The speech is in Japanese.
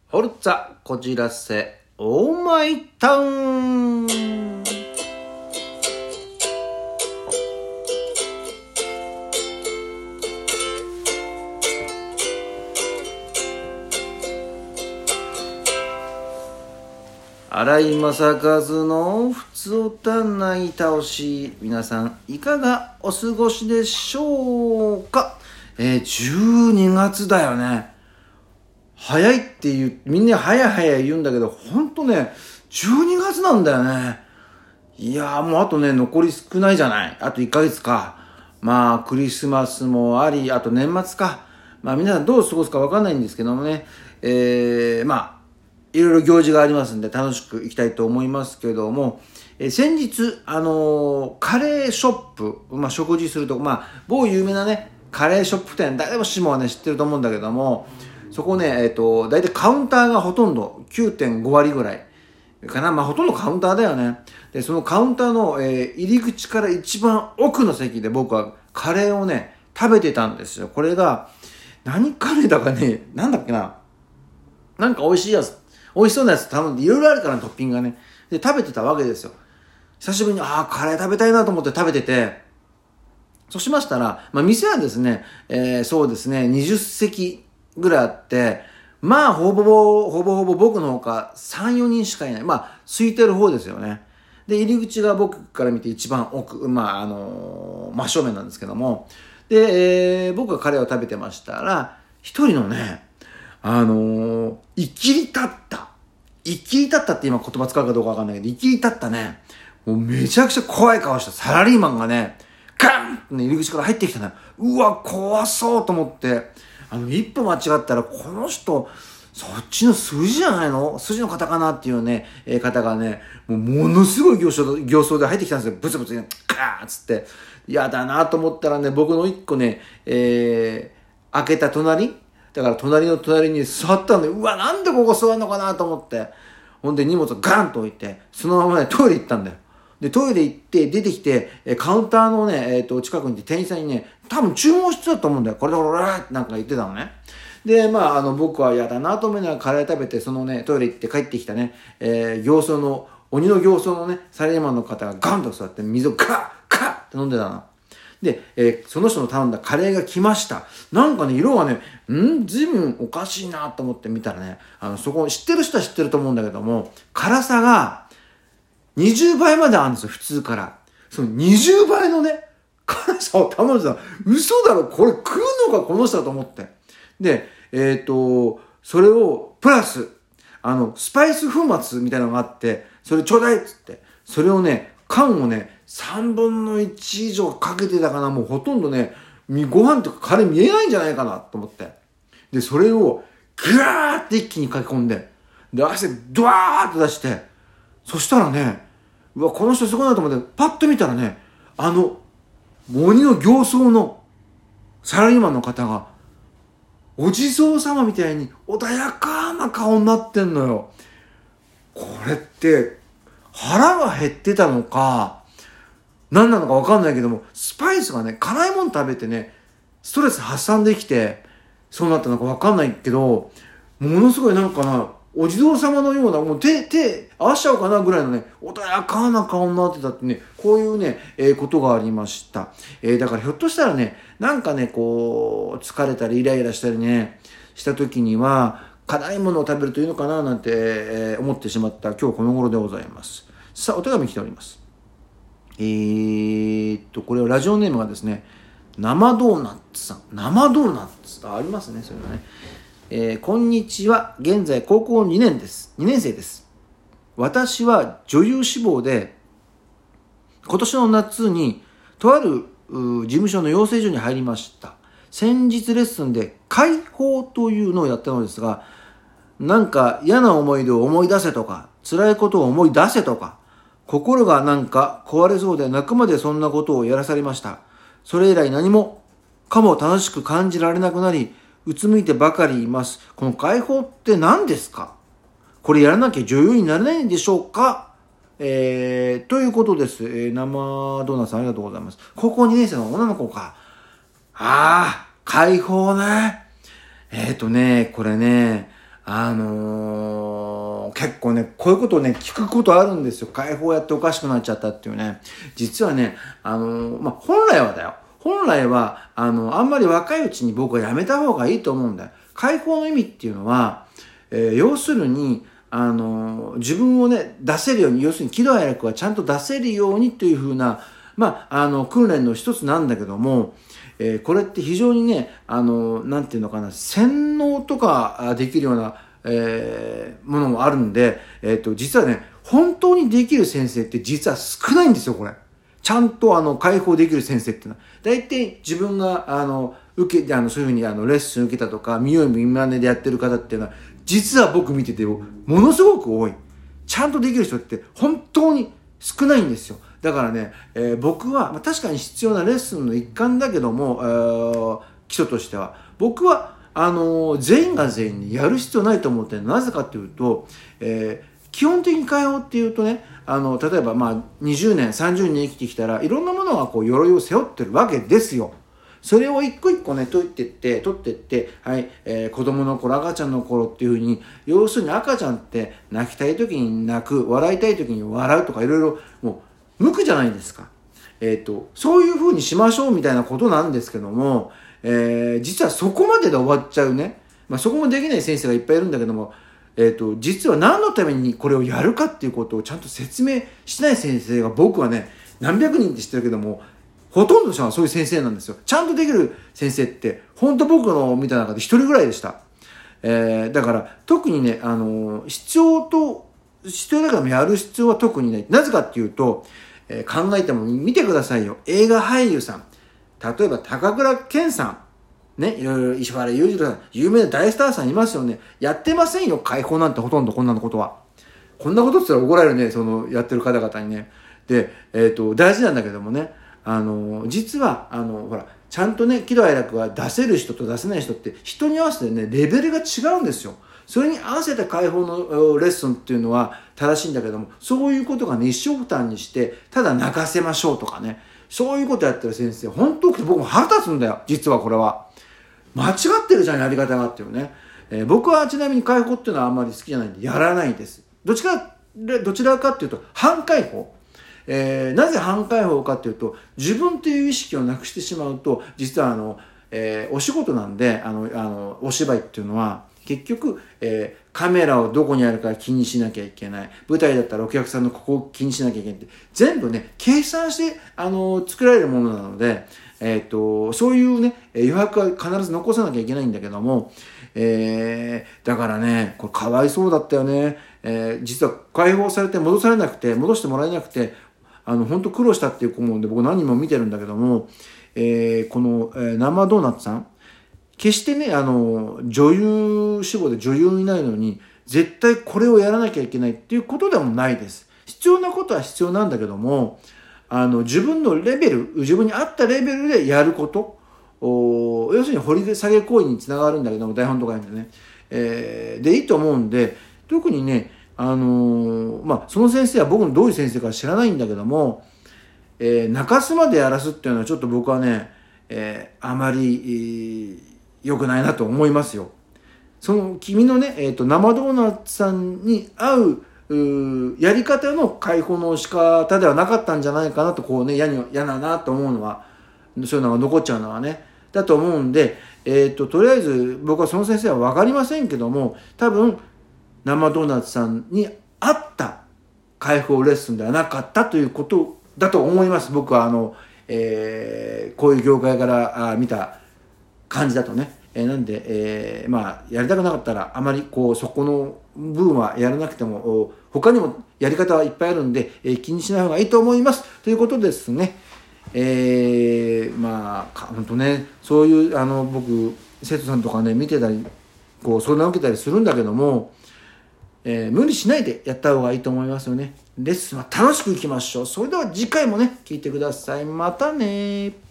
ホルツァこじらせオーマイタウン。荒井正和のふつおたない倒し、皆さんいかがお過ごしでしょうか。12月だよね。早いっていう、みんな早い言うんだけど、ほんとね、12月なんだよね。いやーもうあとね、残り少ないじゃない。あと1ヶ月か。まあ、クリスマスもあり、あと年末か。まあ皆さんどう過ごすかわかんないんですけどもね。まあ、いろいろ行事がありますんで楽しく行きたいと思いますけども、先日、カレーショップ、まあ食事するとこ、まあ、某有名なね、カレーショップ店、誰もしもはね、知ってると思うんだけども、そこね、だいたいカウンターがほとんど 9.5 割ぐらいかな。まあほとんどカウンターだよね。で、そのカウンターの、入り口から一番奥の席で僕はカレーをね、食べてたんですよ。これが、何カレーだかね、なんだっけな。なんか美味しそうなやつ頼んで、いろいろあるからトッピングがね。で、食べてたわけですよ。久しぶりに、カレー食べたいなと思って食べてて、そうしましたら、まあ店はですね、そうですね、20席ぐらいあって、まあほぼほぼ僕のほか3、4人しかいない。まあ空いてる方ですよね。で、入り口が僕から見て一番奥、まあ真正面なんですけども、で、僕がカレーを食べてましたら、一人のね、生きり立ったって今言葉使うかどうかわかんないけど、生きり立ったね、もうめちゃくちゃ怖い顔したサラリーマンがね、ガンって入り口から入ってきたね。うわ、怖そうと思って、一歩間違ったらこの人、そっちの筋じゃないの？筋の方かなっていうね、方がね、ものすごい形相で入ってきたんですよ。ブツブツね、カーッつって。嫌だなと思ったらね、僕の一個ね、開けた隣だから隣の隣に座ったんで、うわ、なんでここ座るのかなと思って。ほんで荷物をガンと置いて、そのままね、トイレ行ったんだよ。で、トイレ行って、出てきて、カウンターのね、近くに行って店員さんにね、多分注文してたと思うんだよ。これだこれってなんか言ってたのね。で、まあ、僕は嫌だなと思いながらカレー食べて、そのね、トイレ行って帰ってきたね、鬼の形相のね、サラリーマンの方がガンと座って水をカーって飲んでたの。で、その人の頼んだカレーが来ました。なんかね、色がね、随分おかしいなと思って見たらね、そこ、知ってる人は知ってると思うんだけども、辛さが20倍まであるんですよ、普通から。その20倍のね、辛さを頼んでた。嘘だろ、これ食うのか、この人だと思って。で、それを、プラス、スパイス粉末みたいなのがあって、それちょうだいっつって、それをね、缶をね、3分の1以上かけてたかな。もうほとんどね、ご飯とかカレー見えないんじゃないかなと思って。で、それをぐわーって一気に書き込んで、で、汗ドワーって出して、そしたらね、うわ、この人すごいなと思って、パッと見たらね、鬼の形相のサラリーマンの方が、お地蔵様みたいに穏やかな顔になってんのよ。これって、腹が減ってたのか、何なのか分かんないけども、スパイスがね、辛いもの食べてね、ストレス発散できて、そうなったのか分かんないけど、ものすごいなんかな、お地蔵様のような、もう手合わしちゃおうかなぐらいのね、穏やかな顔になってたってね、こういうね、ことがありました。だからひょっとしたらね、なんかね、こう、疲れたりイライラしたりね、した時には、辛いものを食べるといいのかななんて、思ってしまった今日この頃でございます。さあ、お手紙来ております。これはラジオネームがですね、生ドーナツさん。生ドーナツありますね、それはね。こんにちは。現在高校2年生です。私は女優志望で、今年の夏にとある事務所の養成所に入りました。先日レッスンで解放というのをやったのですが、なんか嫌な思い出を思い出せとか、辛いことを思い出せとか、心がなんか壊れそうで泣くまでそんなことをやらされました。それ以来何もかも楽しく感じられなくなり、うつむいてばかりいます。この解放って何ですか？これやらなきゃ女優になれないんでしょうか？ということです。生ドーナツさんありがとうございます。高校2年生の女の子か。解放ね。これね、 結構ね、こういうことをね、聞くことあるんですよ。解放やっておかしくなっちゃったっていうね。実はね、本来は、あんまり若いうちに僕はやめた方がいいと思うんだよ。解放の意味っていうのは、要するに、自分をね、出せるように、要するに喜怒哀楽はちゃんと出せるようにというふうな、訓練の一つなんだけども、これって非常にね、なんていうのかな、洗脳とかできるような、ものもあるんで、実はね、本当にできる先生って実は少ないんですよ、これ。ちゃんと解放できる先生っていうのは。大体自分が、そういうふうにレッスン受けたとか、見よう見まねでやってる方っていうのは、実は僕見ててものすごく多い。ちゃんとできる人って本当に少ないんですよ。だからね、僕は、確かに必要なレッスンの一環だけども、基礎としては。僕は、全員が全員にやる必要ないと思ってる。なぜかっていうと、基本的に解放っていうとね、例えば20年、30年生きてきたら、いろんなものがこう、鎧を背負ってるわけですよ。それを一個一個ね、取ってって、はい、子供の頃、赤ちゃんの頃っていうふうに、要するに赤ちゃんって泣きたい時に泣く、笑いたい時に笑うとかいろいろ、もう、無垢じゃないですか。そういうふうにしましょうみたいなことなんですけども、実はそこまでで終わっちゃうね。そこもできない先生がいっぱいいるんだけども、実は何のためにこれをやるかっていうことをちゃんと説明しない先生が僕はね、何百人って知ってるけども、ほとんどの人はそういう先生なんですよ。ちゃんとできる先生って、本当僕の見た中で一人ぐらいでした。だから特にね、必要だからやる必要は特にない。なぜかっていうと、考えても見てくださいよ。映画俳優さん。例えば高倉健さん。ね、いろいろ石原裕次郎さん、有名な大スターさんいますよね。やってませんよ、解放なんてほとんどこんなことは。こんなことって言ったら怒られるね、やってる方々にね。で、大事なんだけどもね。実は、ほら、ちゃんとね、喜怒哀楽は出せる人と出せない人って人に合わせてね、レベルが違うんですよ。それに合わせた解放のレッスンっていうのは正しいんだけども、そういうことがね、一生負担にして、ただ泣かせましょうとかね、そういうことやってる先生、本当に僕も腹立つんだよ、実はこれは。間違ってるじゃん、やり方がっていうね。僕はちなみに解放っていうのはあんまり好きじゃないんで、やらないです。どちらかっていうと、反解放。なぜ反解放かっていうと、自分という意識をなくしてしまうと、実はお仕事なんで、お芝居っていうのは、結局、カメラをどこにあるか気にしなきゃいけない。舞台だったらお客さんのここを気にしなきゃいけないって。全部ね、計算して、作られるものなので、そういうね、余白は必ず残さなきゃいけないんだけども、だからね、これかわいそうだったよね。実は解放されて戻してもらえなくて、本当苦労したっていう子もで僕何人も見てるんだけども、この、生ドーナツさん、決してね、女優志望で女優になるのに、絶対これをやらなきゃいけないっていうことでもないです。必要なことは必要なんだけども、自分のレベル、自分に合ったレベルでやること、要するに掘り下げ行為につながるんだけども、台本とか読んでね。でいいと思うんで、特にね、その先生は僕のどういう先生か知らないんだけども、泣かすまでやらすっていうのはちょっと僕はね、あまり、良くないなと思いますよ。君のね、生ドーナツさんに合う、やり方の解放の仕方ではなかったんじゃないかなと、こうね、嫌だなと思うのは、そういうのが残っちゃうのはね、だと思うんで、とりあえず僕はその先生は分かりませんけども、多分、生ドーナツさんに合った解放レッスンではなかったということだと思います。僕はこういう業界から見た感じだとね。なんで、やりたくなかったらあまりそこの部分はやらなくても、他にもやり方はいっぱいあるんで、気にしない方がいいと思います。ということですね。本当ね、そういう僕生徒さんとかね見てたり相談受けたりするんだけども、無理しないでやった方がいいと思いますよね。レッスンは楽しくいきましょう。それでは次回もね聞いてください。またね。